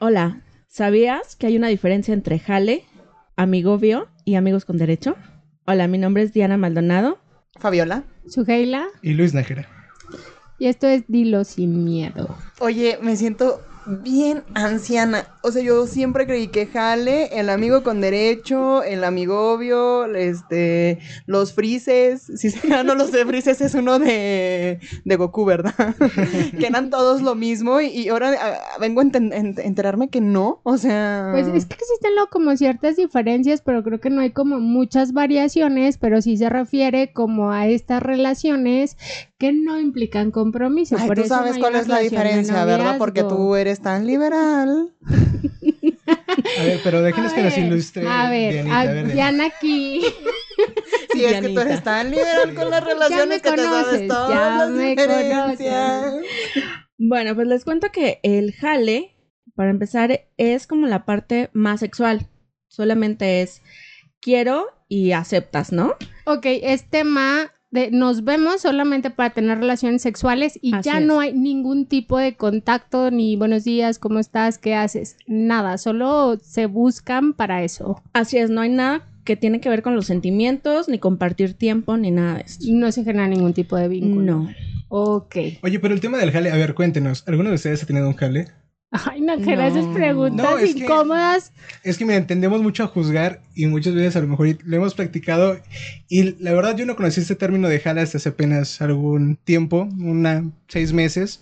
Hola, ¿sabías que hay una diferencia entre jale, amigovio y amigos con derecho? Hola, mi nombre es Diana Maldonado. Fabiola. Suheila. Y Luis Nájera. Y esto es Dilo sin miedo. Oye, me siento bien anciana. O sea, yo siempre creí que jale, el amigo con derecho, el amigovio, los frises. Si no los de frises es uno de Goku, ¿verdad? Que eran todos lo mismo y ahora vengo a enterarme que no. O sea... Pues es que existen como ciertas diferencias, pero creo que no hay como muchas variaciones, pero sí se refiere como a estas relaciones que no implican compromiso. Ay, por tú eso sabes no cuál es la diferencia, ¿verdad? Porque tú eres tan liberal. A ver, pero déjenos que nos ilustre. A ver, Diana aquí. Sí, es que tú eres tan liberal con las relaciones que te sabes todas las diferencias. Bueno, pues les cuento que el jale, para empezar, es como la parte más sexual. Solamente es quiero y aceptas, ¿no? Ok, es tema de nos vemos solamente para tener relaciones sexuales y Así ya es. no hay ningún tipo de contacto, ni buenos días, ¿cómo estás? ¿Qué haces? Nada, solo se buscan para eso. Así es, no hay nada que tiene que ver con los sentimientos, ni compartir tiempo, ni nada de esto. No se genera ningún tipo de vínculo. No. Ok. Oye, pero el tema del jale, a ver, cuéntenos. ¿Alguno de ustedes ha tenido un jale? Ay, Nájera, esas preguntas No, es que- incómodas. Es que, mira, tendemos mucho a juzgar y muchas veces a lo mejor lo hemos practicado. Y la verdad, yo no conocí este término de jale hasta hace apenas algún tiempo, 6 meses.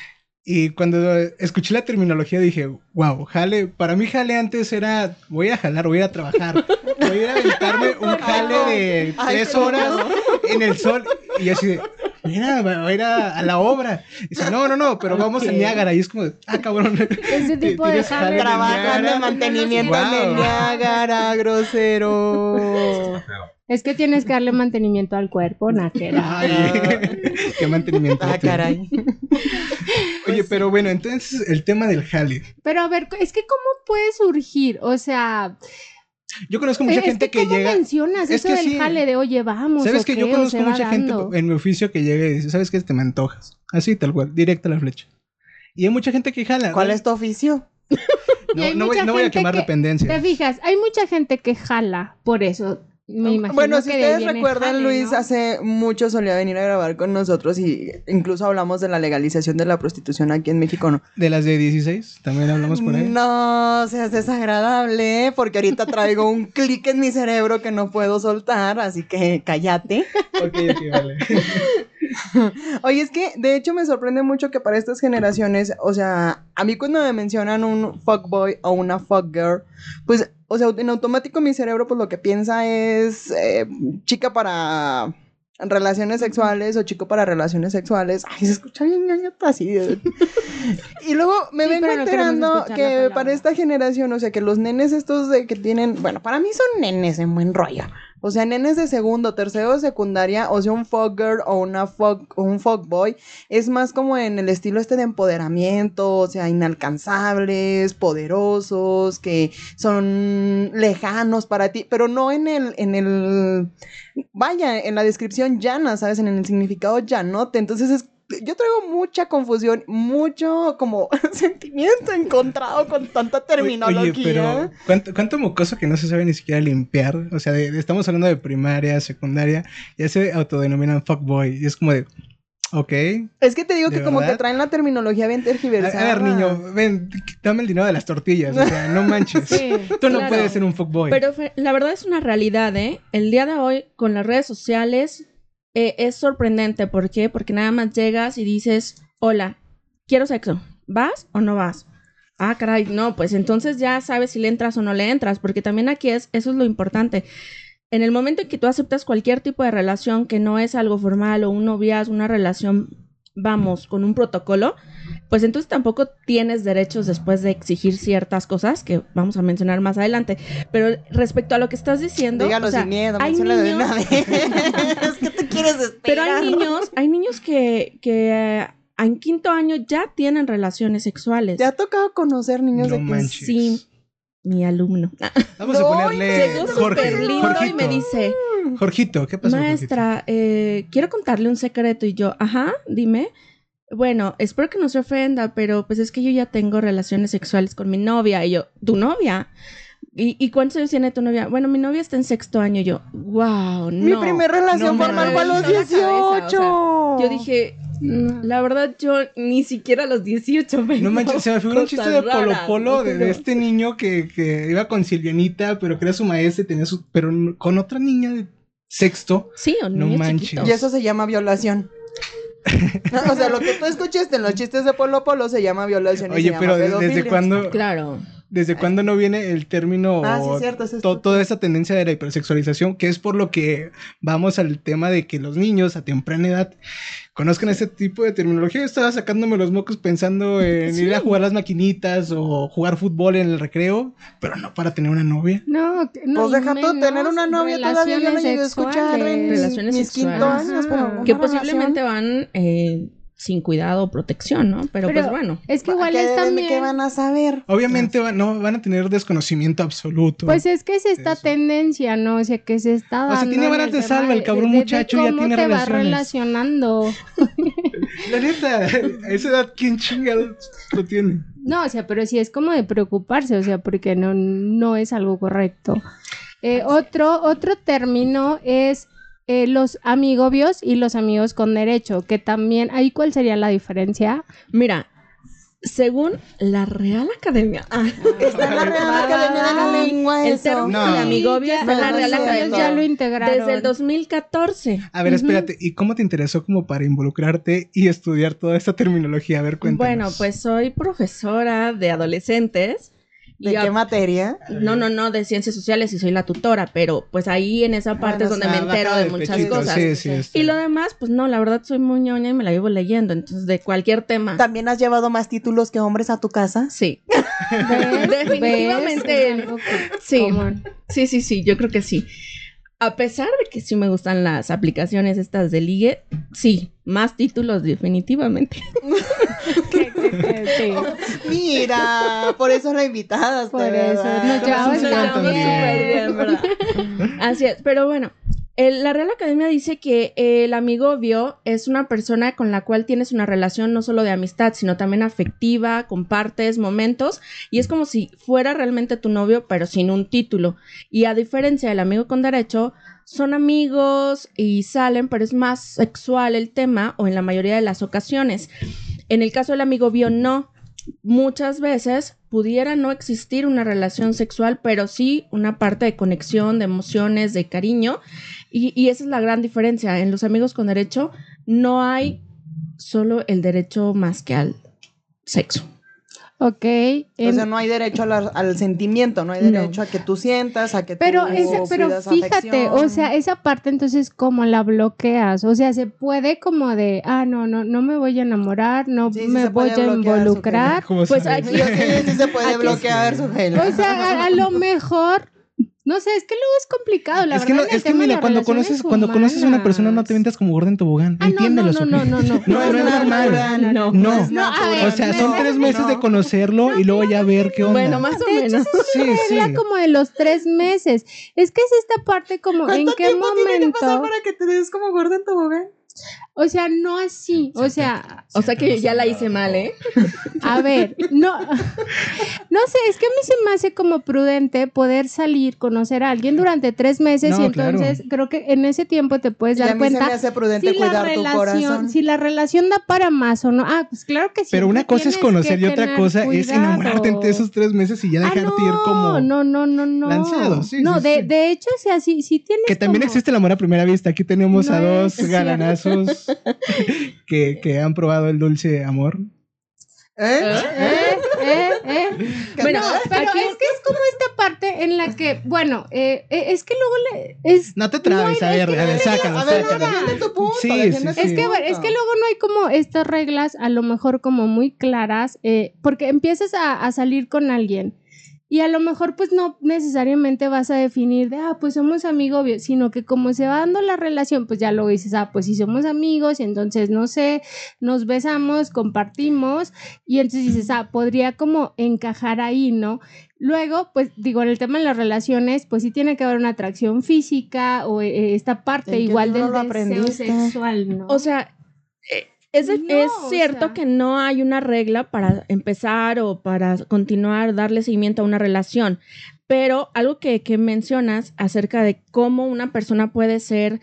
Y cuando escuché la terminología dije, wow, jale, para mí jale antes era, voy a jalar, voy a ir a trabajar, voy a ir a aventarme un jale de 3 horas en el sol. Y así de, mira, voy a ir a la obra. Y dice, no, pero vamos a Niágara. Y es como, cabrón. Ese tipo de ¿tienes jale en Trabajan de Niágara? mantenimiento en el Wow. Niágara, grosero. Es que tienes que darle mantenimiento al cuerpo, Nájera. Ay, qué mantenimiento. Ah, caray. Oye, pero bueno, entonces el tema del jale. Pero a ver, es que ¿cómo puede surgir? O sea, Yo conozco mucha gente que ¿cómo llega. mencionas Es eso que del sí. jale de oye, vamos? ¿Sabes o que qué, yo o conozco se va mucha gente dando? en mi oficio que llega y dice, ¿sabes qué? Te me antojas. Así, tal cual, directa a la flecha. Y hay mucha gente que jala. ¿Cuál ¿no? es tu oficio? Y hay No voy mucha a gente quemar que- dependencias. Te fijas, hay mucha gente que jala por eso. Me imagino Bueno, si que de ahí ustedes viene recuerdan, jale, Luis ¿no? hace mucho solía venir a grabar con nosotros y incluso hablamos de la legalización de la prostitución aquí en México, ¿no? De las de 16, también hablamos por ahí. No seas desagradable, porque ahorita traigo un clic en mi cerebro que no puedo soltar, así que cállate. Ok, vale. Oye, es que de hecho me sorprende mucho que para estas generaciones, o sea, a mí cuando me mencionan un fuckboy o una fuckgirl, pues, o sea, en automático mi cerebro pues lo que piensa es chica para relaciones sexuales o chico para relaciones sexuales. Ay, se escucha bien ñañata así. Y luego me Sí, vengo pero no queremos enterando escuchar la que palabra. para esta generación, o sea, que los nenes estos de que tienen, bueno, para mí son nenes en buen rollo. O sea, nenes de segundo, tercero, secundaria, o sea, un fuckgirl o un fuckboy, es más como en el estilo de empoderamiento, o sea, inalcanzables, poderosos, que son lejanos para ti, pero no vaya, en la descripción llana, ¿sabes? En el significado llanote. Entonces yo traigo mucha confusión, mucho como sentimiento encontrado con tanta terminología. Oye, pero ¿cuánto mocoso que no se sabe ni siquiera limpiar? O sea, estamos hablando de primaria, secundaria, ya se autodenominan fuckboy. Y es como de, ok. Es que te digo ¿De que como verdad? que traen la terminología bien tergiversada. A ver, niño, ven, dame el dinero de las tortillas. O sea, no manches. Sí, Tú no claro. puedes ser un fuckboy. Pero la verdad es una realidad, ¿eh? El día de hoy, con las redes sociales, es sorprendente. ¿Por qué? Porque nada más llegas y dices, hola, quiero sexo. ¿Vas o no vas? Ah, caray, no, pues entonces ya sabes si le entras o no le entras, porque también aquí eso es lo importante. En el momento en que tú aceptas cualquier tipo de relación que no es algo formal o un noviazgo, una relación, vamos, con un protocolo, pues entonces tampoco tienes derechos después de exigir ciertas cosas que vamos a mencionar más adelante. Pero respecto a lo que estás diciendo, Dígalo o sea, sin miedo, hay menciónalo de niños- una vez. Es que te quieres esperar. pero hay niños que en quinto año ya tienen relaciones sexuales. ¿Te ha tocado conocer niños No de manches. Sí, mi alumno. Vamos a No, ponerle Llegó Jorge. súper lindo y Jorgito. me dice, Jorgito, ¿qué pasó, maestra, quiero contarle un secreto. Y yo, ajá, dime. bueno, espero que no se ofenda, pero pues es que yo ya tengo relaciones sexuales con mi novia. Y yo, ¿tu novia? ¿Y cuántos años tiene tu novia? Bueno, mi novia está en 6º año. Y yo, wow, no. Mi primera relación me formal fue a los reventó la 18. cabeza, o sea, yo dije, la verdad, yo ni siquiera a los 18 No manches, se me figura un chiste de Polo Polo de este niño que iba con Silvianita, pero que era su maestra y tenía su... Pero con otra niña de 6º. Sí, o no niños manches. chiquitos. Y eso se llama violación. O sea, lo que tú escuchaste en los chistes de Polo Polo se llama violación. Y Oye, se llama pero pedofilia. ¿desde cuándo? Claro. ¿Desde cuándo no viene el término, sí, cierto, es esto. toda esa tendencia de la hipersexualización? Que es por lo que vamos al tema de que los niños a temprana edad conozcan ese tipo de terminología. Yo estaba sacándome los mocos pensando en ir a jugar las maquinitas o jugar fútbol en el recreo, pero no para tener una novia. No, Pues deja tú tener una novia todavía. Yo no llegué a escuchar en Relaciones mis 5 sexuales. años, pero Que una posiblemente relación. van sin cuidado o protección, ¿no? Pero pues bueno. Es que igual es también... ¿Qué van a saber? Obviamente no van a tener desconocimiento absoluto. Pues es que es esta Eso. tendencia, ¿no? O sea, que se está dando... O sea, tiene en varas el de tema salva, el cabrón muchacho ya tiene ¿Cómo te vas relaciones. relacionando? La neta, a esa edad, ¿quién chingados lo tiene? No, o sea, pero sí es como de preocuparse, o sea, porque no es algo correcto. Otro término es los amigobios y los amigos con derecho, que también, ¿ahí cuál sería la diferencia? Mira, según la Real Academia... Está en la Real Academia de la Lengua el eso. término de amigobio está en la no, Real no, Academia. Ya lo integraron. Desde el 2014. A ver, espérate, ¿y cómo te interesó como para involucrarte y estudiar toda esta terminología? A ver, cuéntanos. Bueno, pues soy profesora de adolescentes. ¿De qué materia? No, de ciencias sociales y soy la tutora, pero pues ahí en esa parte es donde me entero de muchas cosas. Sí, Y lo demás, pues no, la verdad soy muy ñoña y me la llevo leyendo, entonces de cualquier tema. ¿También has llevado más títulos que hombres a tu casa? Sí. ¿Ves? Definitivamente. Es algo Sí. común. Sí, yo creo que sí. A pesar de que sí me gustan las aplicaciones estas de ligue, sí, más títulos definitivamente. Sí. Mira, por eso la invitada. Por eso, nos llevamos tan bien. súper bien, ¿verdad? Así es, pero bueno, la Real Academia dice que el amigovio es una persona con la cual tienes una relación no solo de amistad, sino también afectiva, compartes momentos, y es como si fuera realmente tu novio, pero sin un título. Y a diferencia del amigo con derecho, son amigos y salen, pero es más sexual el tema, o en la mayoría de las ocasiones. En el caso del amigovio, no. Muchas veces pudiera no existir una relación sexual, pero sí una parte de conexión, de emociones, de cariño. Y esa es la gran diferencia. En los amigos con derecho no hay solo el derecho más que al sexo. Ok. O sea, no hay derecho al sentimiento, no hay derecho a que tú sientas, a que Pero tú pidas fíjate, afección. o sea, esa parte entonces, ¿cómo la bloqueas? O sea, se puede como de, no me voy a enamorar, no Sí, sí me se voy puede a bloquear, involucrar. ¿Cómo Pues sabes? aquí- Sí se puede Aquí bloquear su gel. O sea, a lo mejor, no sé, es que luego es complicado, la Es que, verdad. no, en el es que tema de mira, las cuando relaciones conoces a una persona no te humanas. ventas como gorda en tobogán. Ah, no, Entiéndelo, no, no, Sofía. no, no. No es normal. No. No. es No, a natural. ver, O sea, son 3 meses de conocerlo y luego ya ver qué onda. Bueno, más o De hecho, menos. Sí, sí. Regla como de los 3 meses. Es que es esta parte como en ¿Cuánto qué tiempo tiene que pasar momento. para que te des como gorda en tobogán? O sea, no así. O sea, O sea que ya la hice mal, ¿eh? a ver, no sé, es que a mí se me hace como prudente poder salir, conocer a alguien durante 3 meses No, y entonces creo que en ese tiempo te puedes Y a dar mí se cuenta me hace prudente cuidar tu corazón. si la relación da para más o no. Ah, pues claro que sí. Pero una cosa es conocer y otra cosa es enamorarte entre esos 3 meses y ya dejarte ir como... No. lanzado, sí, No, sí, sí. de hecho, o sea, sí tienes Que también como- existe el amor a primera vista. Aquí tenemos No a dos es galanazos que han probado el dulce amor. Bueno, No, pero aquí- es que es como esta parte en la que, bueno, es que luego es... No te trabes, No, a ver, es que- sácalo, A ver, sácalo. defiende tu punto. Sí, defiende sí, tu sí. Es que, a ver, es que luego no hay como estas reglas a lo mejor como muy claras, porque empiezas a salir con alguien y a lo mejor pues no necesariamente vas a definir de, pues somos amigos, sino que como se va dando la relación, pues ya luego dices, pues si somos amigos, y entonces no sé, nos besamos, compartimos y entonces dices, podría como encajar ahí, ¿no? Luego, pues digo, en el tema de las relaciones, pues sí tiene que haber una atracción física o esta parte ¿En qué igual libro del lo deseo aprendiste? sexual, ¿no? O sea, Es o cierto sea. que no hay una regla para empezar o para continuar, darle seguimiento a una relación, pero algo que mencionas acerca de cómo una persona puede ser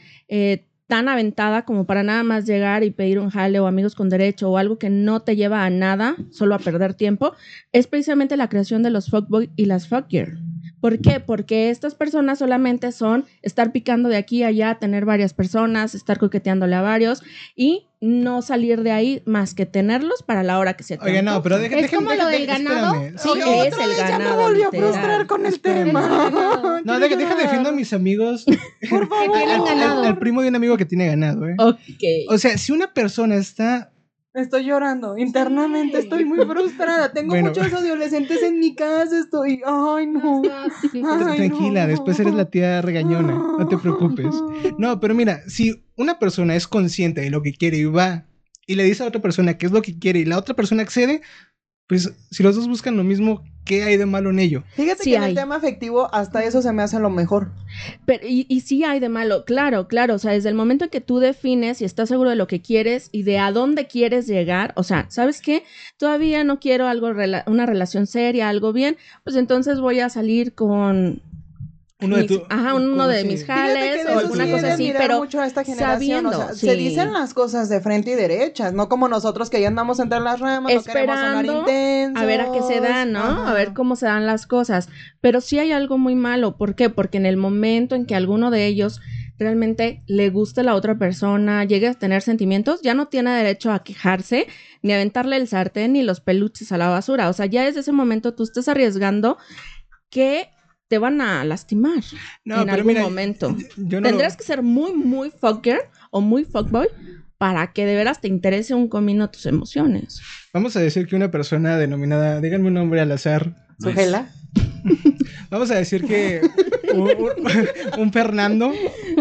tan aventada como para nada más llegar y pedir un jale o amigos con derecho o algo que no te lleva a nada, solo a perder tiempo, es precisamente la creación de los fuckboy y las fuckgirl. ¿Por qué? Porque estas personas solamente son estar picando de aquí a allá, tener varias personas, estar coqueteándole a varios y no salir de ahí más que tenerlos para la hora que se te Oye, no, pero Es como lo del ganado. espérame. Sí, Oye, es otra el vez ya me ganado, volví a literal. frustrar con el Espérame. tema. No, Quiero deja llorar. defiendo a mis amigos. Por favor. Que tienen ganado. Al primo de un amigo que tiene ganado, ¿eh? Ok. O sea, si una persona está... Estoy llorando. Internamente estoy muy frustrada. Tengo Bueno. muchos adolescentes en mi casa. Estoy. Ay, no. Sí. Ay, Tranquila, no. después eres la tía regañona, no te preocupes. No, pero mira, si una persona es consciente de lo que quiere y va y le dice a otra persona qué es lo que quiere y la otra persona accede, pues si los dos buscan lo mismo, ¿qué hay de malo en ello? Fíjate Sí que en hay. el tema afectivo, hasta eso se me hace lo mejor. Pero, y sí hay de malo, claro, o sea, desde el momento en que tú defines y estás seguro de lo que quieres y de a dónde quieres llegar, o sea, ¿sabes qué? Todavía no quiero una relación seria, algo bien, pues entonces voy a salir con Uno de mis- tu... ajá, uno ¿cómo de se- mis Fíjate que jales de o eso alguna sí he cosa de así, admirar pero mucho a esta generación. sabiendo, O sea, sí. se dicen las cosas de frente y derechas, no como nosotros que ya andamos entre las ramas, no queremos sonar esperando intensos. a ver a qué se dan, ¿no? Ajá. A ver cómo se dan las cosas. Pero sí hay algo muy malo. ¿Por qué? Porque en el momento en que alguno de ellos realmente le guste a la otra persona, llegue a tener sentimientos, ya no tiene derecho a quejarse, ni a aventarle el sartén, ni los peluches a la basura. O sea, ya desde ese momento tú estás arriesgando que te van a lastimar No, en pero algún mira, momento. yo no Tendrás que ser muy, muy fucker o muy fuckboy para que de veras te interese un comino tus emociones. Vamos a decir que una persona denominada, díganme un nombre al azar. Sujela. Vamos a decir que un Fernando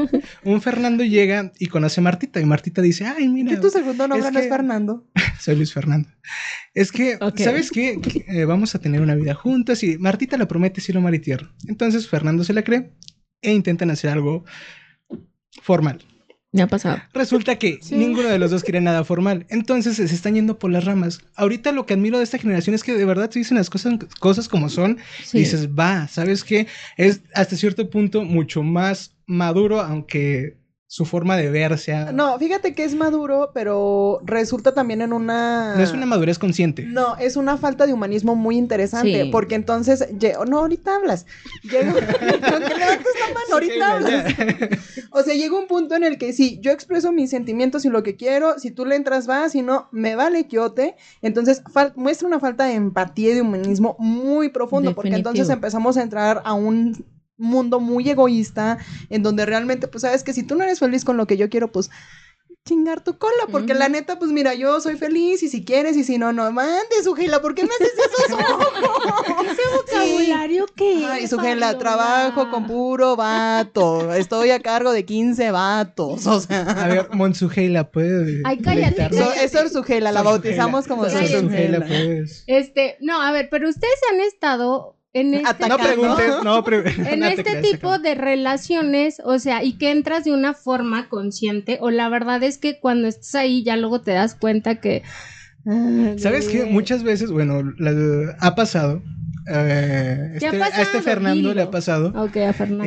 llega y conoce a Martita y Martita dice, ay, mira, ¿Qué tu segundo nombre es no es que- Fernando? soy Luis Fernando. Es que, Ok. ¿sabes qué? Vamos a tener una vida juntas y Martita lo promete cielo, mar y tierra. Entonces Fernando se la cree e intentan hacer algo formal. Me ha pasado. Resulta que ninguno de los dos quiere nada formal. Entonces se están yendo por las ramas. Ahorita lo que admiro de esta generación es que de verdad se dicen las cosas como son. Sí. Y dices, va, ¿sabes qué? Es hasta cierto punto mucho más maduro, aunque su forma de ver sea... No, fíjate que es maduro, pero resulta también en una... No es una madurez consciente. No, es una falta de humanismo muy interesante, Sí. porque entonces... No, ahorita hablas. Llega... Aunque levantes la mano, ahorita hablas. O sea, llega un punto en el que sí, yo expreso mis sentimientos y lo que quiero, si tú le entras vas, si no, me vale quiote. Entonces, muestra una falta de empatía y de humanismo muy profundo, porque Definitivo. entonces empezamos a entrar a un mundo muy egoísta, en donde realmente, pues, sabes que si tú no eres feliz con lo que yo quiero, pues, chingar tu cola, porque la neta, pues, mira, yo soy feliz, y si quieres, y si no, no, mande, Sujela, ¿por qué me haces eso? ¿Ese vocabulario qué Ay, es, Sujela, Fabiola? trabajo con puro vato, estoy a cargo de 15 vatos, o sea... A ver, Monsujeila, ¿puede Ay, cállate, deleitarnos? Es Sor Sujela, la bautizamos como Sor Cállate. Monsujeila, Sujela. pues. No, a ver, pero ustedes han estado en este, No Atacando. preguntes, no en no te este creas, tipo acá. de relaciones, o sea, y que entras de una forma consciente, o la verdad es que cuando estás ahí ya luego te das cuenta que... ¿Sabes qué? Muchas veces, bueno, ha pasado. ¿Qué ha A este pasado? Fernando le Dilo. ha pasado. Ok, a Fernando.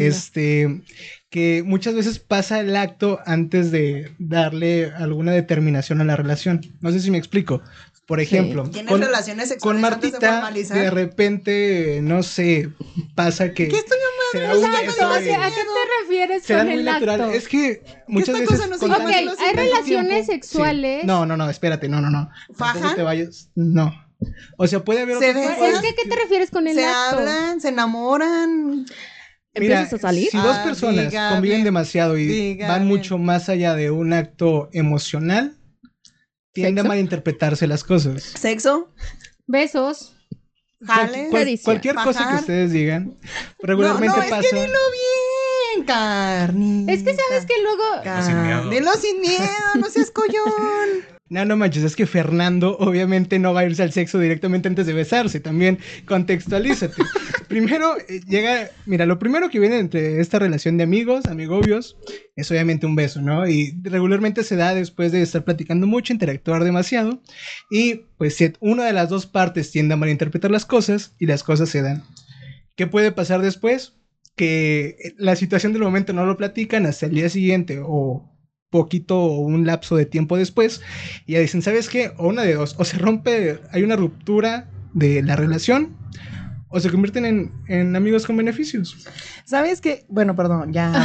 Que muchas veces pasa el acto antes de darle alguna determinación a la relación. No sé si me explico. Por ejemplo, ¿Tienes relaciones con sexuales antes de Martita, formalizar? de repente, no sé, pasa que... ¿Qué estoy se da O un sea, beso ¿a y- qué te refieres se da con muy el natural. acto? Es que muchas esta veces... cosa nos con llama Ok, tanto- los hay tanto relaciones tiempo. sexuales. Sí. No, espérate, no. ¿Fajan? Tampoco te vayas. No. O sea, puede haber ¿Se otros besan? tipos Es que, ¿a qué te refieres con el Se acto? hablan, se enamoran. ¿Empiezas a salir? Si dos Ah, personas dígame, conviven demasiado y dígame. van mucho más allá de un acto emocional, tiende a ¿Sexo? malinterpretarse las cosas. ¿Sexo? Besos. ¿Jales? Caricia. Cualquier cosa que Fajar. ustedes digan, regularmente no, es pasa. que dilo bien, carnita. Es que sabes que luego... Sin miedo. Dilo sin miedo, no seas collón. No manches, es que Fernando obviamente no va a irse al sexo directamente antes de besarse, también contextualízate. Primero llega, mira, lo primero que viene entre esta relación de amigos, amigobios, es obviamente un beso, ¿no? Y regularmente se da después de estar platicando mucho, interactuar demasiado, y pues si una de las dos partes tiende a malinterpretar las cosas, y las cosas se dan. ¿Qué puede pasar después? Que la situación del momento no lo platican hasta el día siguiente, o poquito o un lapso de tiempo después, y ya dicen, ¿sabes qué? O una de dos, o se rompe, hay una ruptura de la relación, o se convierten en amigos con beneficios. ¿Sabes qué? Bueno, perdón, ya.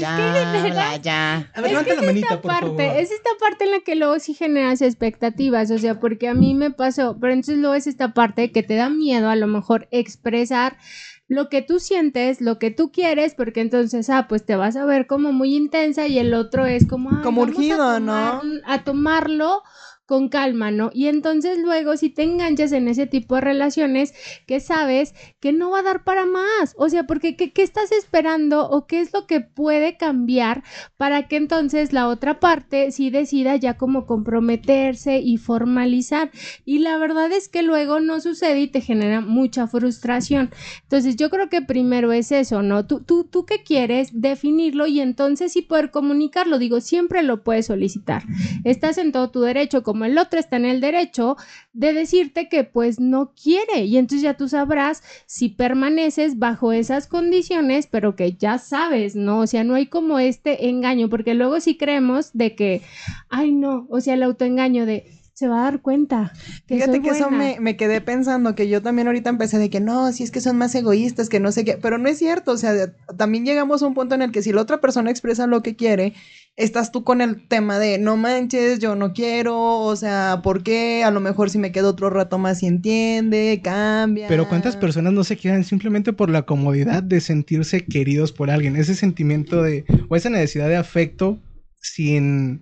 A ver, levanta la manita, por favor. Es esta parte en la que luego sí generas expectativas, o sea, porque a mí me pasó, pero entonces luego es esta parte que te da miedo a lo mejor expresar lo que tú sientes, lo que tú quieres, porque entonces, pues te vas a ver como muy intensa y el otro es como, como vamos urgido, ¿no? A tomarlo con calma, ¿no? Y entonces luego si te enganchas en ese tipo de relaciones que sabes que no va a dar para más, o sea, porque ¿qué estás esperando o qué es lo que puede cambiar para que entonces la otra parte sí decida ya como comprometerse y formalizar? Y la verdad es que luego no sucede y te genera mucha frustración. Entonces yo creo que primero es eso, ¿no? Tú ¿qué quieres? Definirlo y entonces sí poder comunicarlo. Digo, siempre lo puedes solicitar. Estás en todo tu derecho, como el otro está en el derecho de decirte que pues no quiere, y entonces ya tú sabrás si permaneces bajo esas condiciones, pero que ya sabes, ¿no? O sea, no hay como este engaño, porque luego sí creemos de que, ay no, o sea, el autoengaño de se va a dar cuenta que Fíjate soy que eso buena. me quedé pensando, que yo también ahorita empecé de que no, si es que son más egoístas, que no sé qué, pero no es cierto, o sea, también llegamos a un punto en el que si la otra persona expresa lo que quiere, estás tú con el tema de no manches, yo no quiero, o sea, ¿por qué? A lo mejor si me quedo otro rato más y entiende, cambia. Pero ¿cuántas personas no se quedan simplemente por la comodidad de sentirse queridos por alguien? Ese sentimiento o esa necesidad de afecto sin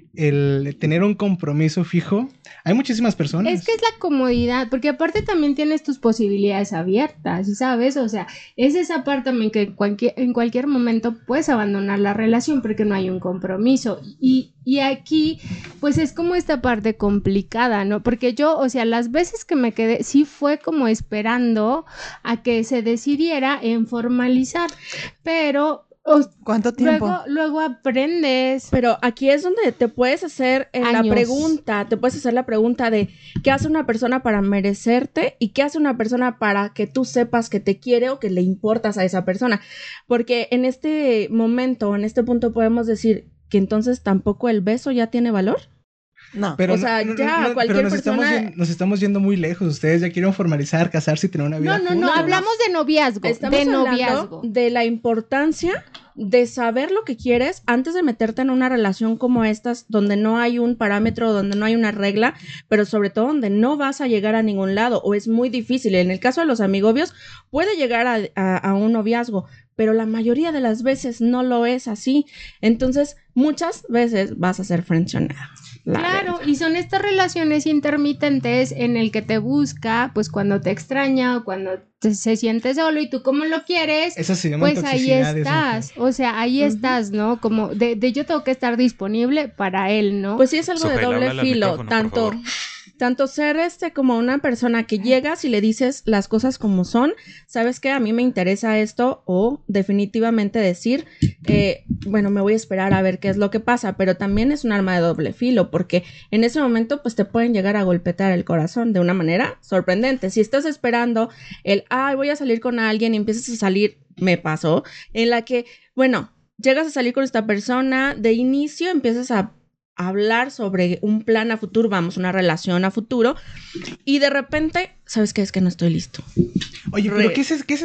el tener un compromiso fijo. Hay muchísimas personas. Es que es la comodidad, porque aparte también tienes tus posibilidades abiertas, ¿sabes? O sea, es esa parte también que en cualquier momento puedes abandonar la relación porque no hay un compromiso. Y aquí, pues es como esta parte complicada, ¿no? Porque yo, o sea, las veces que me quedé, sí fue como esperando a que se decidiera en formalizar, pero... ¿Cuánto tiempo? Luego aprendes. Pero aquí es donde te puedes hacer la pregunta, te puedes hacer la pregunta de ¿qué hace una persona para merecerte? ¿Y qué hace una persona para que tú sepas que te quiere o que le importas a esa persona? Porque en este momento, en este punto podemos decir que entonces tampoco el beso ya tiene valor. No. Pero, o sea, cualquier persona... Nos estamos yendo muy lejos. Ustedes ya quieren formalizar, casarse y tener una vida juntos. No, hablamos de noviazgo. Estamos hablando de la importancia de saber lo que quieres antes de meterte en una relación como estas, donde no hay un parámetro, donde no hay una regla, pero sobre todo donde no vas a llegar a ningún lado, o es muy difícil. En el caso de los amigobios, puede llegar a un noviazgo, pero la mayoría de las veces no lo es así. Entonces, muchas veces vas a ser frencionada. Claro, y son estas relaciones intermitentes en el que te busca, pues cuando te extraña o cuando se siente solo y tú como lo quieres, Esa se llama pues ahí estás, o sea, ahí estás, ¿no? Como de yo tengo que estar disponible para él, ¿no? Pues sí es algo de doble filo, tanto ser como una persona que llegas y le dices las cosas como son, ¿sabes qué? A mí me interesa esto, o definitivamente decir, bueno, me voy a esperar a ver qué es lo que pasa, pero también es un arma de doble filo, porque en ese momento pues te pueden llegar a golpear el corazón de una manera sorprendente. Si estás esperando voy a salir con alguien y empiezas a salir, me pasó, en la que, bueno, llegas a salir con esta persona, de inicio empiezas a hablar sobre un plan a futuro, una relación a futuro, y de repente, ¿sabes qué? Es que no estoy listo. Oye, pero ¿qué es eso? ¿Qué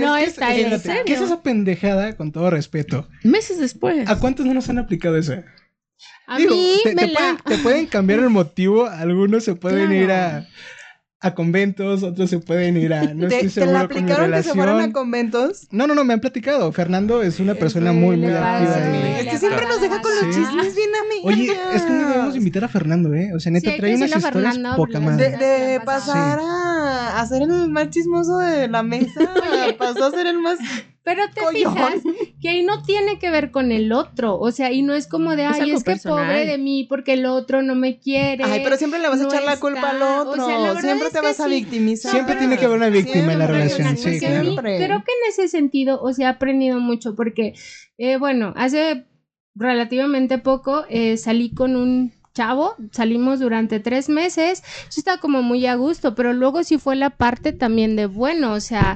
es esa pendejada, con todo respeto? Meses después. ¿A cuántos no nos han aplicado eso? A mí te pueden cambiar el motivo, algunos se pueden ir a conventos, otros se pueden ir a... No estoy seguro. ¿Te la aplicaron que se fueran a conventos? No, me han platicado. Fernando es una persona muy activa. Es que siempre nos deja con los chismes bien amigos. Oye, es que no debemos invitar a Fernando, ¿eh? O sea, neta, trae unas historias poca madre. De pasar a ser el más chismoso de la mesa, pasó a ser el más Pero te Collón. fijas que ahí no tiene que ver con el otro, o sea, y no es como de, Es ay, algo es que personal. pobre de mí porque el otro no me quiere. Ay, pero siempre le vas a no echar la está. culpa al otro. O sea, la verdad Siempre es te que vas a sí. victimizar. Siempre tiene que haber una víctima en la relación, sí, Porque a mí siempre. creo que en ese sentido, o sea, he aprendido mucho porque, bueno, hace relativamente poco salí con un chavo, salimos durante 3 meses, yo estaba como muy a gusto, pero luego sí fue la parte también de, bueno, o sea,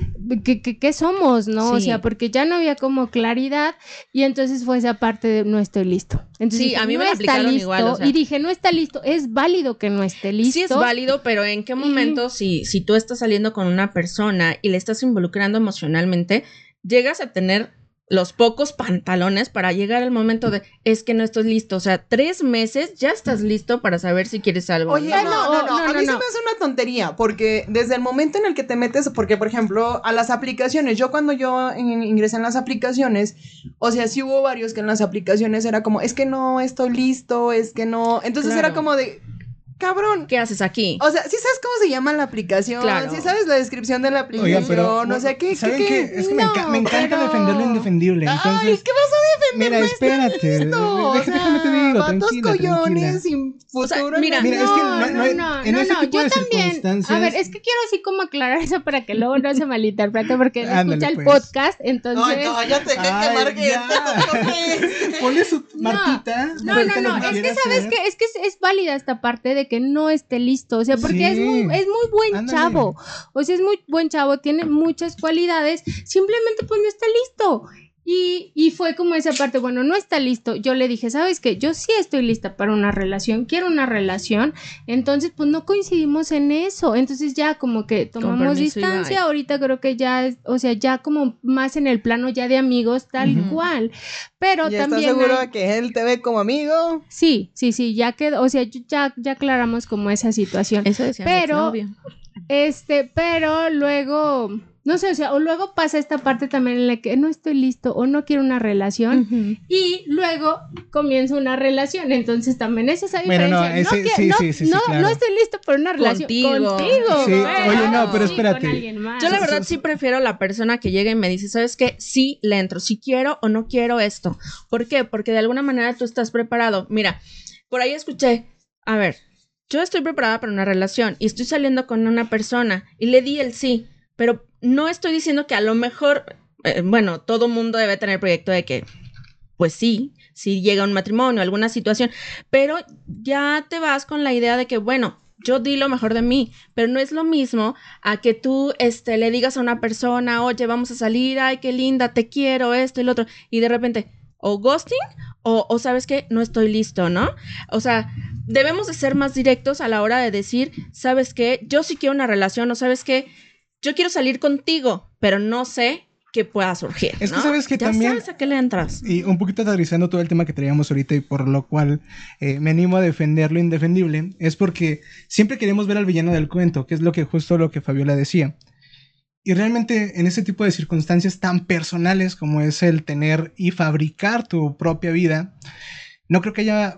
¿qué somos, no? Sí. O sea, porque ya no había como claridad y entonces fue esa parte de no estoy listo. Entonces Sí, dije, a mí me no la está aplicaron listo, igual, o sea. y dije, no está listo, es válido que no esté listo. Sí es válido, pero ¿en qué momento si tú estás saliendo con una persona y le estás involucrando emocionalmente, llegas a tener los pocos pantalones para llegar al momento de es que no estoy listo? O sea, 3 meses ya estás listo para saber si quieres algo. Oye, ¿no? no. A mí se me hace una tontería, porque desde el momento en el que te metes, porque por ejemplo, a las aplicaciones, yo cuando ingresé en las aplicaciones, o sea, sí hubo varios que en las aplicaciones era como, es que no estoy listo, es que no. Entonces Claro. era como de, cabrón. ¿Qué haces aquí? O sea, ¿sí sabes cómo se llama la aplicación? Claro. ¿Sí sabes la descripción de la aplicación? Oiga, pero o sea, ¿qué? ¿saben qué? Es que me No, encanta pero- defender lo indefendible. Entonces, Ay, ¿qué vas a defender? mira, No está espérate. listo. O sea, Déjame te digo, vatos tranquila, collones tranquila. sin O sea, futuro. mira, Mira, es que no hay- en ese tipo yo de también. circunstancias- A ver, es que quiero así como aclarar eso para que luego no se malinterprete porque él Ándale, escucha el pues. podcast, entonces... Ay, cállate, que Ay, Marguerite, ya. ¿por qué? Ponle su No, Martita. No, Martita no, lo es que quiere sabes hacer. que es válida esta parte de que no esté listo, o sea, porque Sí. es muy buen Ándale. chavo, o sea, es muy buen chavo, tiene muchas cualidades, simplemente pues no está listo. Y fue como esa parte, bueno, no está listo. Yo le dije, ¿sabes qué? Yo sí estoy lista para una relación, quiero una relación. Entonces, pues no coincidimos en eso. Entonces ya como que tomamos permiso y distancia. bye. Ahorita creo que ya, o sea, ya como más en el plano ya de amigos, tal Ujú. cual. Pero ¿Y estás también seguro hay- de que él te ve como amigo? Sí, ya quedó, o sea, ya aclaramos como esa situación. Eso decía Pero- mi exnovio. Pero luego, no sé, o sea, o luego pasa esta parte también en la que no estoy listo o no quiero una relación Ujú. y luego comienza una relación. Entonces también es esa Bueno, diferencia. no, ese- que- sí, no, sí, no, claro. no estoy listo para una relación Contigo. contigo. Sí, oye, no, pero sí, espérate. con alguien más. Yo la verdad sí prefiero la persona que llega y me dice, ¿sabes qué? Sí le entro, si quiero o no quiero esto. ¿Por qué? Porque de alguna manera tú estás preparado. Mira, por ahí escuché, a ver, yo estoy preparada para una relación y estoy saliendo con una persona y le di el sí, pero no estoy diciendo que a lo mejor, bueno, todo mundo debe tener el proyecto de que, pues sí, si llega un matrimonio, alguna situación, pero ya te vas con la idea de que, bueno, yo di lo mejor de mí, pero no es lo mismo a que tú le digas a una persona, oye, vamos a salir, ay, qué linda, te quiero, esto y lo otro, y de repente, o ghosting, o sabes qué, no estoy listo, ¿no? O sea, debemos de ser más directos a la hora de decir, ¿sabes qué? Yo sí quiero una relación, o ¿sabes qué? Yo quiero salir contigo, pero no sé qué pueda surgir, Es que ¿no? sabes que ya también- sabes a qué le entras. Y un poquito aterrizando todo el tema que traíamos ahorita y por lo cual me animo a defender lo indefendible, es porque siempre queremos ver al villano del cuento, que es justo lo que Fabiola decía. Y realmente en ese tipo de circunstancias tan personales como es el tener y fabricar tu propia vida, no creo que haya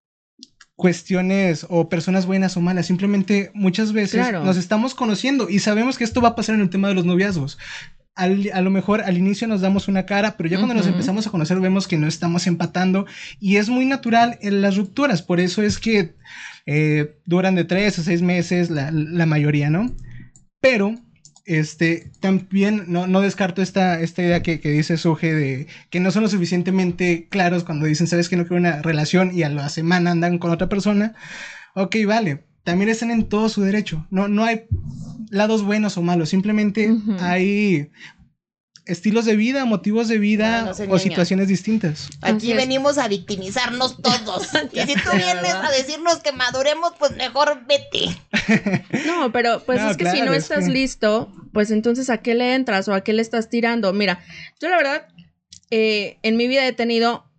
cuestiones o personas buenas o malas, simplemente muchas veces Claro. nos estamos conociendo y sabemos que esto va a pasar en el tema de los noviazgos. A lo mejor al inicio nos damos una cara, pero ya cuando nos Ujú. empezamos a conocer vemos que no estamos empatando y es muy natural en las rupturas, por eso es que duran de 3 a 6 meses la mayoría, ¿no? Pero también no descarto esta idea que dice Suje de que no son lo suficientemente claros cuando dicen, sabes que no quiero una relación y a la semana andan con otra persona. Ok, vale, también están en todo su derecho. No hay lados buenos o malos, simplemente Ujú. hay estilos de vida, motivos de vida No sé, o niña. situaciones distintas. Aquí Así es. venimos a victimizarnos todos. Y si tú sé, vienes ¿verdad? a decirnos que maduremos, pues mejor vete. No, pero pues No, es que si claro, no es estás que- listo, pues entonces ¿a qué le entras o a qué le estás tirando? Mira, yo la verdad, en mi vida he tenido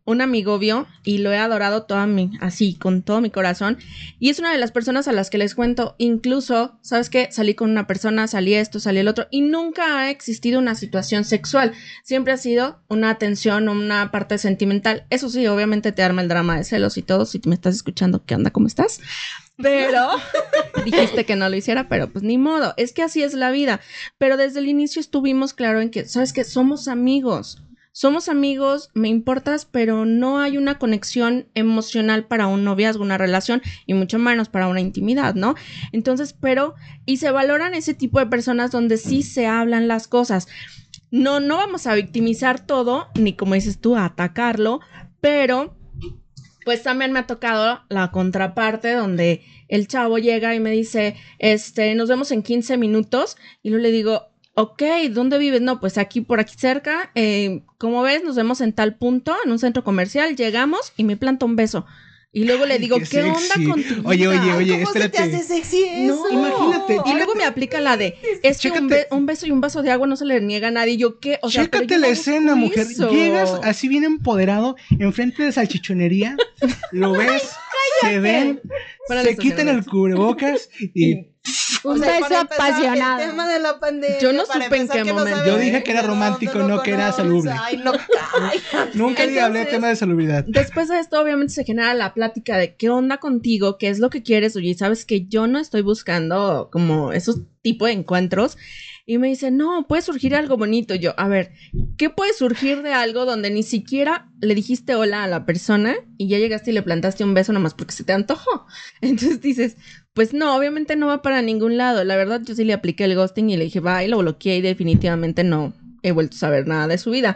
un amigovio y lo he adorado así, con todo mi corazón. Y es una de las personas a las que les cuento, incluso, ¿sabes qué? Salí con una persona, salí esto, salí el otro, y nunca ha existido una situación sexual. Siempre ha sido una atención o una parte sentimental. Eso sí, obviamente te arma el drama de celos y todo. Si me estás escuchando, ¿qué onda? ¿Cómo estás? Pero dijiste que no lo hiciera, pero pues ni modo. Es que así es la vida. Pero desde el inicio estuvimos claro en que, ¿sabes qué? Somos amigos. Somos amigos, me importas, pero no hay una conexión emocional para un noviazgo, una relación, y mucho menos para una intimidad, ¿no? Entonces, y se valoran ese tipo de personas donde sí se hablan las cosas. No vamos a victimizar todo, ni como dices tú, a atacarlo, pero pues también me ha tocado la contraparte donde el chavo llega y me dice, nos vemos en 15 minutos, y luego le digo, ok, ¿dónde vives? No, pues por aquí cerca, como ves, nos vemos en tal punto, en un centro comercial, llegamos y me planta un beso. Y luego le digo, ¿qué onda con tu vida? Oye, ¿Cómo se te hace sexy eso? No, imagínate. Y luego me aplica la de, un beso y un vaso de agua no se le niega a nadie. ¿Yo qué? O sea, chécate la escena, mujer. Llegas así bien empoderado, enfrente de salchichonería, lo ves, se ven, se quitan el cubrebocas y... Un beso apasionado. El tema de la pandemia. Yo no supe en qué momento. Yo dije que era romántico, no que era salubre. Ay, no, nunca hablé de tema de salubridad. Después de esto, obviamente, se genera la plática de qué onda contigo, qué es lo que quieres. Oye, sabes que yo no estoy buscando como esos tipos de encuentros. Y me dice, no, puede surgir algo bonito. Yo, a ver, ¿qué puede surgir de algo donde ni siquiera le dijiste hola a la persona y ya llegaste y le plantaste un beso nomás porque se te antojó? Entonces dices, pues no, obviamente no va para ningún lado. La verdad, yo sí le apliqué el ghosting y le dije, bye, lo bloqueé y definitivamente no he vuelto a saber nada de su vida.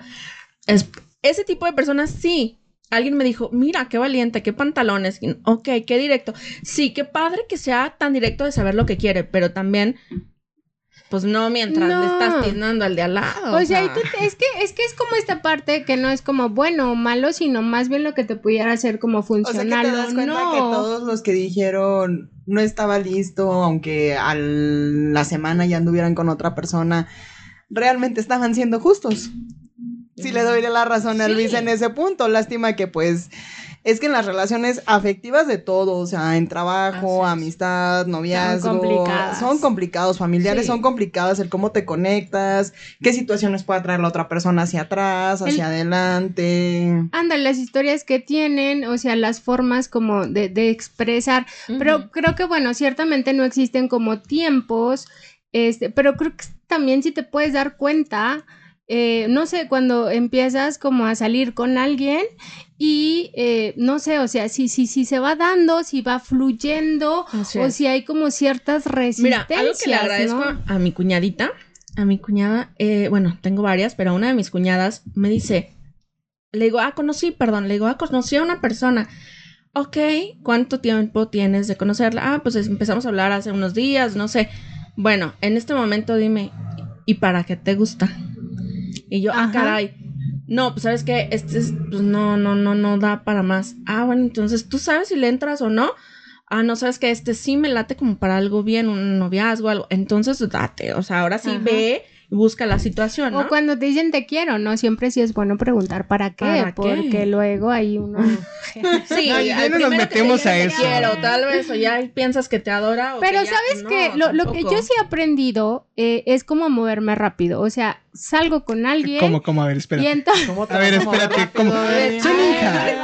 Ese tipo de personas, sí. Alguien me dijo, mira, qué valiente, qué pantalones. Ok, qué directo. Sí, qué padre que sea tan directo de saber lo que quiere, pero también... Pues no, mientras le estás tiznando al de al lado. O sea, y es que es como esta parte que no es como bueno o malo, sino más bien lo que te pudiera hacer como funcional. O sea, que te das cuenta que todos los que dijeron no estaba listo, aunque a la semana ya anduvieran con otra persona, realmente estaban siendo justos. Sí le doy la razón a Luis en ese punto. Lástima que pues... Es que en las relaciones afectivas de todo, o sea, en trabajo, amistad, noviazgo, son complicados, familiares son complicadas, el cómo te conectas, qué situaciones puede traer la otra persona hacia atrás, hacia adelante. Anda, las historias que tienen, o sea, las formas como de expresar, pero creo que bueno, ciertamente no existen como tiempos, pero creo que también si te puedes dar cuenta, no sé, cuando empiezas como a salir con alguien y no sé, o sea, si se va dando, si va fluyendo, o si hay como ciertas resistencias. Mira, algo que le agradezco a mi cuñadita, bueno, tengo varias, pero una de mis cuñadas me dice, le digo, conocí a una persona. Ok, ¿cuánto tiempo tienes de conocerla? Pues empezamos a hablar hace unos días, no sé. Bueno, en este momento dime, ¿y para qué te gusta? Y yo, caray. No, pues sabes que pues no da para más. Bueno, entonces tú sabes si le entras o no. No, sabes que sí me late como para algo bien, un noviazgo, algo. Entonces date, o sea, ahora sí ve y busca la situación, ¿no? O cuando te dicen te quiero, ¿no? Siempre sí es bueno preguntar ¿para qué? Porque luego hay uno... Sí, ya no nos metemos a eso. Quiero, tal vez, o ya piensas que te adora. Pero que ¿sabes qué? Lo que yo sí he aprendido es como moverme rápido. O sea, salgo con alguien. ¿Cómo? A ver, espérate. Y entonces... A ver, espérate. ¿Cómo? Soy hija.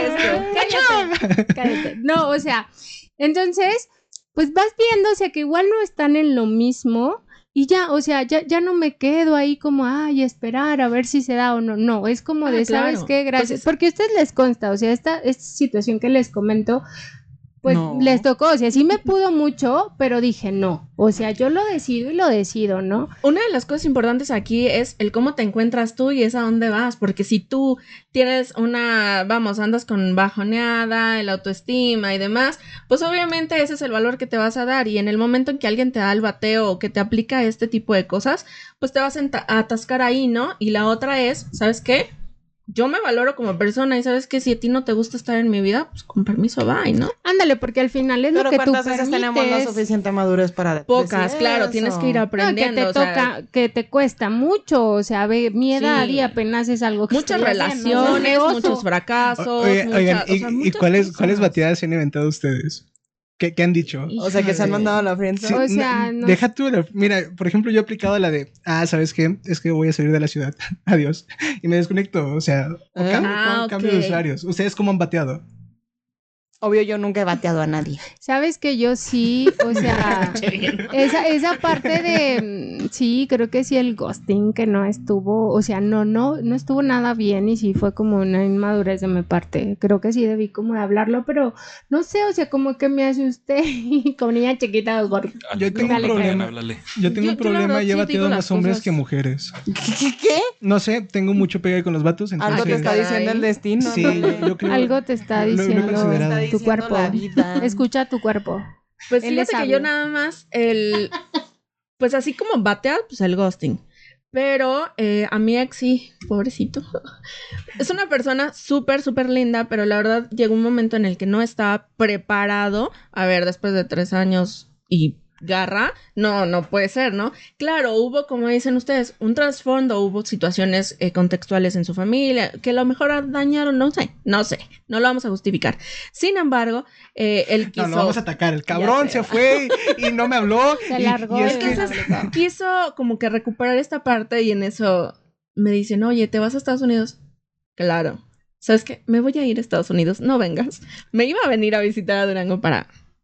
Cállate. No, o sea, entonces, pues vas viendo, o sea, que igual no están en lo mismo. Y ya, o sea, ya no me quedo ahí como, esperar a ver si se da o no. No, es como de, ¿sabes qué? Gracias. Pues porque a ustedes les consta, o sea, esta situación que les comento, pues les tocó, o sea, sí me pudo mucho, pero dije no. O sea, yo lo decido y lo decido, ¿no? Una de las cosas importantes aquí es el cómo te encuentras tú y es a dónde vas, porque si tú tienes andas con bajoneada, el autoestima y demás, pues obviamente ese es el valor que te vas a dar y en el momento en que alguien te da el bateo o que te aplica este tipo de cosas, pues te vas a atascar ahí, ¿no? Y la otra es, ¿sabes qué? yo me valoro como persona y sabes que si a ti no te gusta estar en mi vida, pues con permiso, bye, ¿no? Ándale, porque al final es Pero lo que tú ¿cuántas veces tenemos la permites. suficiente madurez para Pocas, decir claro, eso? tienes que ir No, que aprendiendo. te o sea, toca, que te cuesta mucho, o sea, mi edad Sí. y apenas es algo que muchas estoy haciendo, o sea, relaciones, es oso. muchos fracasos, Oigan, muchas, o sea, ¿y muchas cuáles cosas. bateadas se han inventado ustedes? ¿Qué han dicho? O sea, que se han Híjole. mandado a la friendzone. O sea, no deja tú, mira, por ejemplo, yo he aplicado la de, ¿sabes qué? Es que voy a salir de la ciudad, adiós, y me desconecto, o sea, o cambio de ok. usuarios. ¿Ustedes cómo han bateado? Obvio, yo nunca he bateado a nadie. Sabes que yo sí, o sea, esa parte de, sí, creo que sí el ghosting que no estuvo, o sea, no estuvo nada bien y sí fue como una inmadurez de mi parte. Creo que sí debí como de hablarlo, pero no sé, o sea, como que me asusté y como niña chiquita, Yo tengo un Dale, problema. Háblale. Yo tengo Yo un la problema verdad y he sí bateado digo más las hombres cosas. que mujeres. ¿Qué? No sé, tengo mucho pegue con los vatos, Algo entonces... te está caray. diciendo el destino. Sí, ¿no? yo creo... algo te está lo he diciendo considerado. Está tu diciendo cuerpo. la vida. Escucha tu cuerpo. Pues Él es fíjate que sabio. yo nada más pues así como batear, pues el ghosting. Pero a mi ex sí, pobrecito. Es una persona súper, súper linda, pero la verdad llegó un momento en el que no estaba preparado. A ver, después de 3 años y garra, no puede ser, ¿no? Claro, hubo, como dicen ustedes, un trasfondo, hubo situaciones contextuales en su familia que a lo mejor dañaron, no sé, no lo vamos a justificar. Sin embargo, él quiso... No, lo vamos a atacar. El cabrón sé. se fue y no me habló. Se y- largó y es y que- Entonces quiso como que recuperar esta parte y en eso me dicen, oye, ¿te vas a Estados Unidos? Claro. ¿Sabes qué? Me voy a ir a Estados Unidos, no vengas. Me iba a venir a visitar a Durango para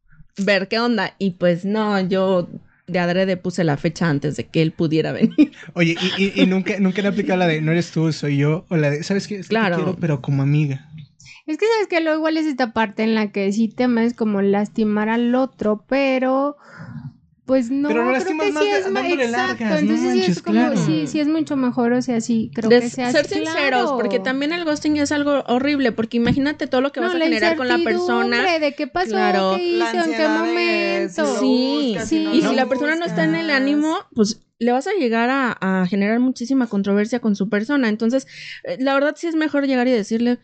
ver qué onda. Y pues no, yo de adrede puse la fecha antes de que él pudiera venir. Oye, y nunca han aplicado la de no eres tú, soy yo. O la de, ¿sabes qué? Es que Claro. te quiero, pero como amiga. Es que sabes que luego igual es esta parte en la que sí temes como lastimar al otro, pero pues no, Pero lo creo lastimas que más sí es más dándole exacto. largas, no Entonces sí manches, es como, claro. sí es mucho mejor, o sea, sí, creo De que seas ser sinceros, claro. porque también el ghosting es algo horrible, porque imagínate todo lo que vas a la generar con la persona. incertidumbre de qué pasó, Claro. qué La hizo, en qué ansiedad de momento. si lo Sí, buscas, sí. no y lo si la persona no está en el buscas. ánimo, pues le vas a llegar a generar muchísima controversia con su persona. Entonces, la verdad sí es mejor llegar y decirle,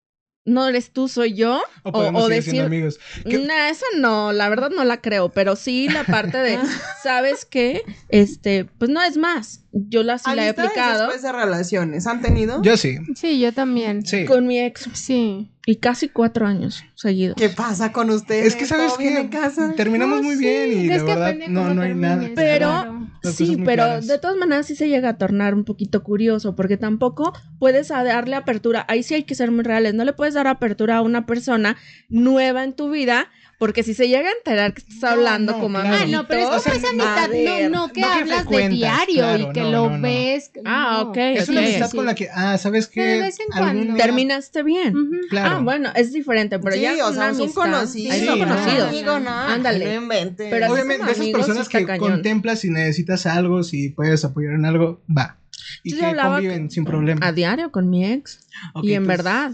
no eres tú, soy yo. O podemos seguir decir, siendo amigos. ¿Qué- Esa no, la verdad no la creo, pero sí la parte de, ¿sabes qué? Pues no es más. Yo sí la he Amistades aplicado después de relaciones, ¿han tenido? Yo sí. Sí, yo también. Sí. con mi ex Sí. y casi 4 años seguidos. ¿Qué pasa con ustedes? Es que, ¿sabes ¿Todo bien qué? en casa? Terminamos No, muy sí, bien y es la que verdad depende cómo no hay nada. termines, Pero- claro. Las Sí, cosas muy pero claras. de todas maneras sí se llega a tornar un poquito curioso, porque tampoco puedes darle apertura. Ahí sí hay que ser muy reales. No le puedes dar apertura a una persona nueva en tu vida, porque si se llega a enterar que estás hablando no, como claro. Ah, no, pero es amiguitos, como esa amistad, a ver. no que no que hablas de frecuentas, diario claro, y que no, lo no. ves. Ah, no. ok, Es una ok. amistad Sí, con la sí. que, ¿sabes qué? De vez en Algún cuando. día- Terminaste bien. Ujú. Claro. Ah, bueno, es diferente, pero Sí, ya o con sea, una es un amistad. conocido. Ahí Sí, son no, conocidos. Amigo, no. Ándale. No inventes. Pero así Obviamente, como de esas amigos, personas sí está que cañón. contemplas si necesitas algo, si puedes apoyar en algo, va. Y Yo que hablaba conviven sin problema. A diario con mi ex. Ok, y en entonces- verdad.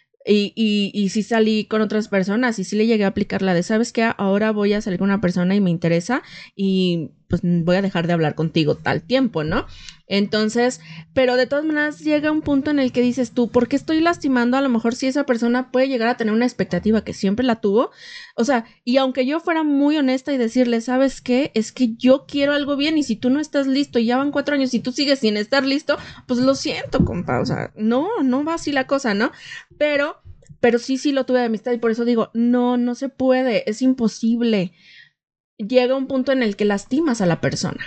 Y sí salí con otras personas y sí le llegué a aplicar la de, ¿sabes qué? Ahora voy a salir con una persona y me interesa y pues voy a dejar de hablar contigo tal tiempo, ¿no? Entonces, pero de todas maneras llega un punto en el que dices tú, ¿por qué estoy lastimando? A lo mejor si esa persona puede llegar a tener una expectativa que siempre la tuvo. O sea, y aunque yo fuera muy honesta y decirle, ¿sabes qué? Es que yo quiero algo bien y si tú no estás listo y ya van 4 años y tú sigues sin estar listo, pues lo siento, compa. O sea, no va así la cosa, ¿no? Pero sí lo tuve de amistad y por eso digo, no se puede, es imposible. Llega un punto en el que lastimas a la persona.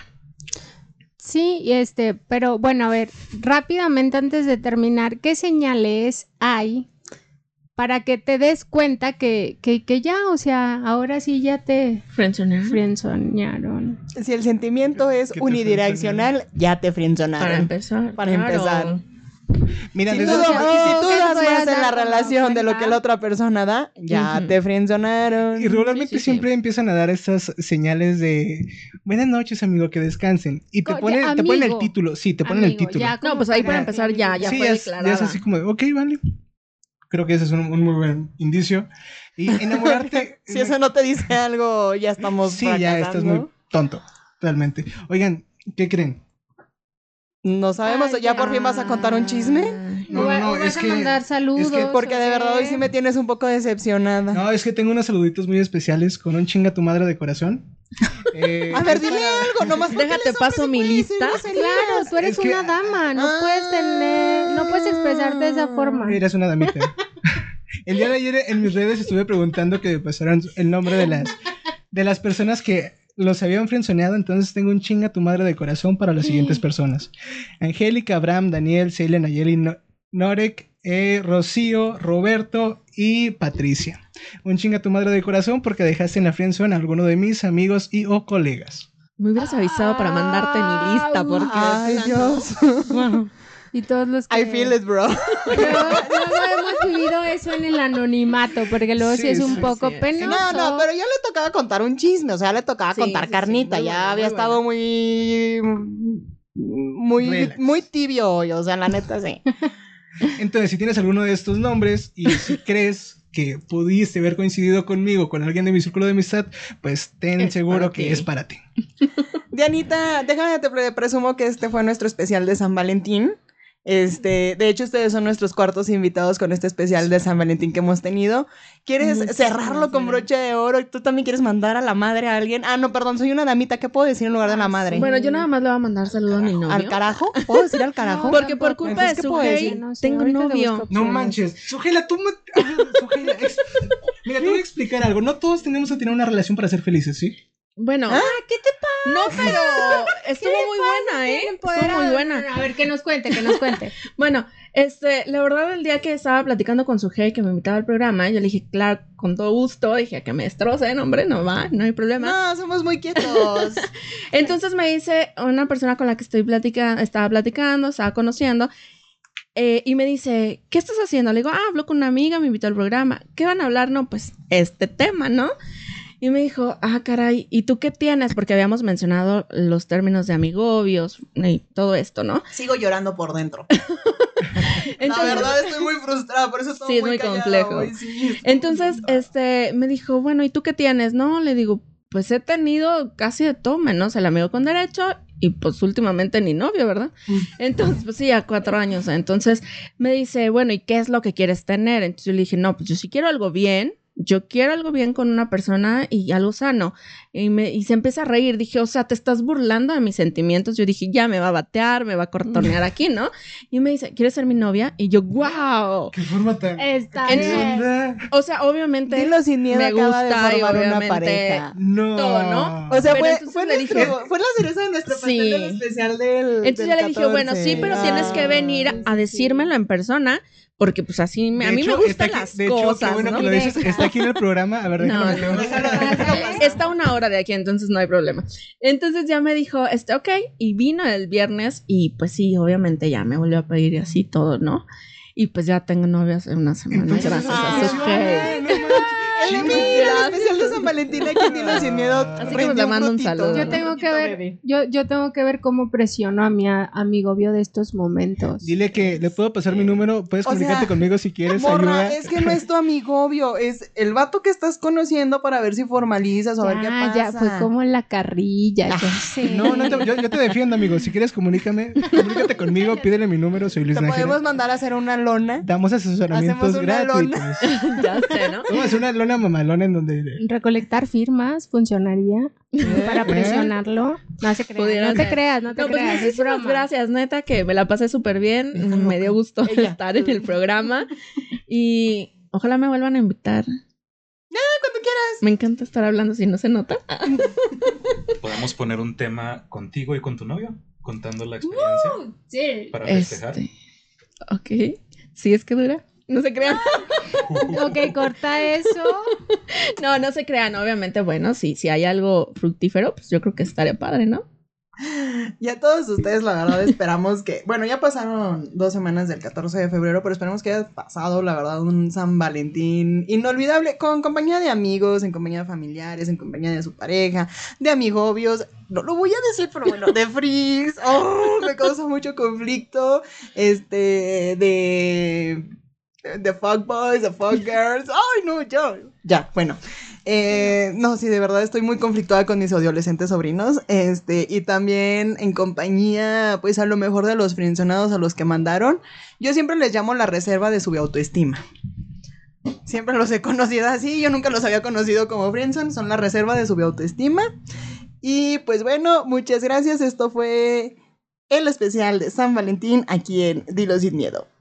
Sí, pero bueno, a ver, rápidamente antes de terminar, ¿qué señales hay para que te des cuenta que ya, o sea, ahora sí ya te Friendzonear. friendzonearon? Si el sentimiento es Que te unidireccional, ya te friendzonaron. Para empezar. Para claro. empezar. Mira, Si desde- tú, o sea, si tú ¿qué te das podrías más en dar la como relación de lo cuenta? que la otra persona da, ya Ujú. te friendzonaron. y regularmente Sí, sí, sí. siempre empiezan a dar estas señales de buenas noches, amigo, que descansen. Y te Ya, ponen el amigo. título. Sí, te ponen el Amigo, título. ya como No, pues ahí para que empezar ya sí, fue ya declarada. es así como de, ok, vale. Creo que ese es un muy buen indicio. Y enamorarte. Si eso no te dice algo, ya estamos Sí, ya estás fracasando. muy tonto, realmente. Oigan, ¿qué creen? No sabemos, Ay, ¿ya ya. por fin vas a contar un chisme? No, O es vas a que... mandar saludos. Porque o de verdad qué. hoy sí me tienes un poco decepcionada. No, es que tengo unos saluditos muy especiales con un chinga tu madre de corazón. A ver, dile algo, nomás porque Déjate él es hombre, paso sí mi puede decir lista. groserías. Claro, tú eres Es que- una dama, no puedes tener, no puedes expresarte de esa forma. Eres una damita. El día de ayer en mis redes estuve preguntando que me pasaran el nombre de las personas que los habían frenzoneado, entonces tengo un chinga tu madre de corazón para las siguientes personas. Angélica, Abraham, Daniel, Celia, Nayeli, Norek, Rocío, Roberto y Patricia. Un chinga tu madre de corazón porque dejaste en la friendzone a alguno de mis amigos y o colegas. Me hubieras avisado para mandarte mi lista, porque... Ay, de plano- Dios. Y todos los que... I feel it, bro. Luego hemos vivido eso en el anonimato, porque luego sí, Sí, es un sí, poco sí. penoso. No, pero ya le tocaba contar un chisme, o sea, le tocaba Sí, contar sí, carnita, sí, muy ya bueno, había muy estado muy Relax. muy tibio hoy, o sea, la neta sí. Entonces, si tienes alguno de estos nombres y si crees que pudiste haber coincidido conmigo, con alguien de mi círculo de amistad, pues ten Es seguro para que ti. es para ti. Dianita, déjame te presumo que este fue nuestro especial de San Valentín. De hecho, ustedes son nuestros cuartos invitados con este especial de San Valentín que hemos tenido. ¿Quieres Muchísimas cerrarlo con broche de oro? ¿Tú también quieres mandar a la madre a alguien? Ah, no, perdón, soy una damita. ¿Qué puedo decir en lugar de la madre? Bueno, yo nada más le voy a mandar saludo a mi novio. ¿Al carajo? ¿Puedo decir al carajo? No, Porque por tampoco. culpa de Entonces, ¿qué su puedo decir? hey, No sé, tengo ahorita te novio. busco. No Opciones. manches, Sujela, tú me... Sujela, mira, te voy a explicar algo. No todos tenemos que tener una relación para ser felices, ¿sí? Bueno. ¿Qué te pasa? No, pero estuvo muy buena, ¿eh? Estuvo muy buena. A ver, que nos cuente, que nos cuente. Bueno, la verdad, el día que estaba platicando con su jefe que me invitaba al programa, yo le dije, claro, con todo gusto, dije que me destrocen, hombre, no va, no hay problema. No, somos muy quietos. Entonces me dice una persona con la que estaba platicando, estaba conociendo, y me dice, ¿qué estás haciendo? Le digo, hablo con una amiga, me invitó al programa. ¿Qué van a hablar? No, pues este tema, ¿no? Y me dijo, caray, ¿y tú qué tienes? Porque habíamos mencionado los términos de amigobios y todo esto, ¿no? Sigo llorando por dentro. Entonces, La verdad estoy muy frustrada, por eso estoy Sí, es muy callada complejo. hoy, sí, estoy Entonces, muy frustrada. me dijo, bueno, ¿y tú qué tienes? No, le digo, pues he tenido casi de todo, menos el amigo con derecho y pues últimamente ni novio, ¿verdad? Entonces, pues sí, ya 4 años. Entonces me dice, bueno, ¿y qué es lo que quieres tener? Entonces yo le dije, no, pues yo sí quiero algo bien. Yo quiero algo bien con una persona y algo sano. Y se empieza a reír. Dije, o sea, te estás burlando de mis sentimientos. Yo dije, ya me va a batear, me va a cortonear aquí, ¿no? Y me dice, ¿quieres ser mi novia? Y yo, ¡wow! Qué forma tan... Está ¿Qué bien. onda? O sea, obviamente Dilo sin miedo, me acaba de gusta y formar una obviamente pareja. No. todo, ¿no? O sea, Pero fue entonces le dije- la cereza de nuestro pastel Sí. del especial del Entonces del ya le dije, 14. bueno, sí, pero tienes que venir a decírmelo en persona, porque pues así, a mí me gustan las de hecho, cosas, qué bueno ¿no? que lo dices, está aquí en el programa. A ver, No, déjame. no. Está 1 hora de aquí, entonces no hay problema. Entonces ya me dijo, ok, y vino el viernes y pues sí, obviamente ya me volvió a pedir así todo, ¿no? Y pues ya tengo novia hace una semana, Entonces, gracias a ay, su no, hey. El especial de San Valentín aquí en Dilo Sin Miedo. Así que prendió le mando un frutito. saludo. Yo tengo que ver, Baby. yo tengo que ver cómo presiono a mi amigobio de estos momentos. Dile que le puedo pasar mi número. Puedes O comunicarte sea, conmigo si quieres. Morra, Ayuda. es que no es tu amigo obvio, es el vato que estás conociendo para ver si formalizas o a ver qué pasa. Ya, fue como la carrilla, ya sé. No, yo te defiendo, amigo. Si quieres, comunícate conmigo, pídele mi número. Soy Luis Te Nájera. podemos mandar a hacer una lona. Damos asesoramientos Hacemos una gratuitos. Ya sé, ¿no? Vamos a hacer una lona mamalona en donde... Recolectar firmas funcionaría para presionarlo. No se creas, Pudiera no te ser. creas, no te No, pues creas, es muchísimas broma. gracias, neta, que me la pasé súper bien. Me dio gusto Ella. estar en el programa. Y ojalá me vuelvan a invitar. Cuando quieras. Me encanta estar hablando si no se nota. Podemos poner un tema contigo y con tu novio, contando la experiencia Sí. para festejar. Ok. Sí, es que dura. No se crean. Ok, corta eso. No se crean. Obviamente, bueno, si hay algo fructífero, pues yo creo que estaría padre, ¿no? Y a todos ustedes, la verdad, esperamos que... Bueno, ya pasaron 2 semanas del 14 de febrero, pero esperemos que haya pasado, la verdad, un San Valentín inolvidable, con compañía de amigos, en compañía de familiares, en compañía de su pareja, de amigobios. No lo voy a decir, pero bueno, de freaks. Oh, me causa mucho conflicto. De fuckboys, de fuckgirls. Ay, no, ya, bueno. No, sí, de verdad estoy muy conflictuada con mis adolescentes sobrinos. Y también en compañía, pues a lo mejor de los friendzonados a los que mandaron. Yo siempre les llamo la reserva de su autoestima. Siempre los he conocido así, yo nunca los había conocido como friendzone, son la reserva de su autoestima. Y pues bueno, muchas gracias. Esto fue el especial de San Valentín aquí en Dilo Sin Miedo.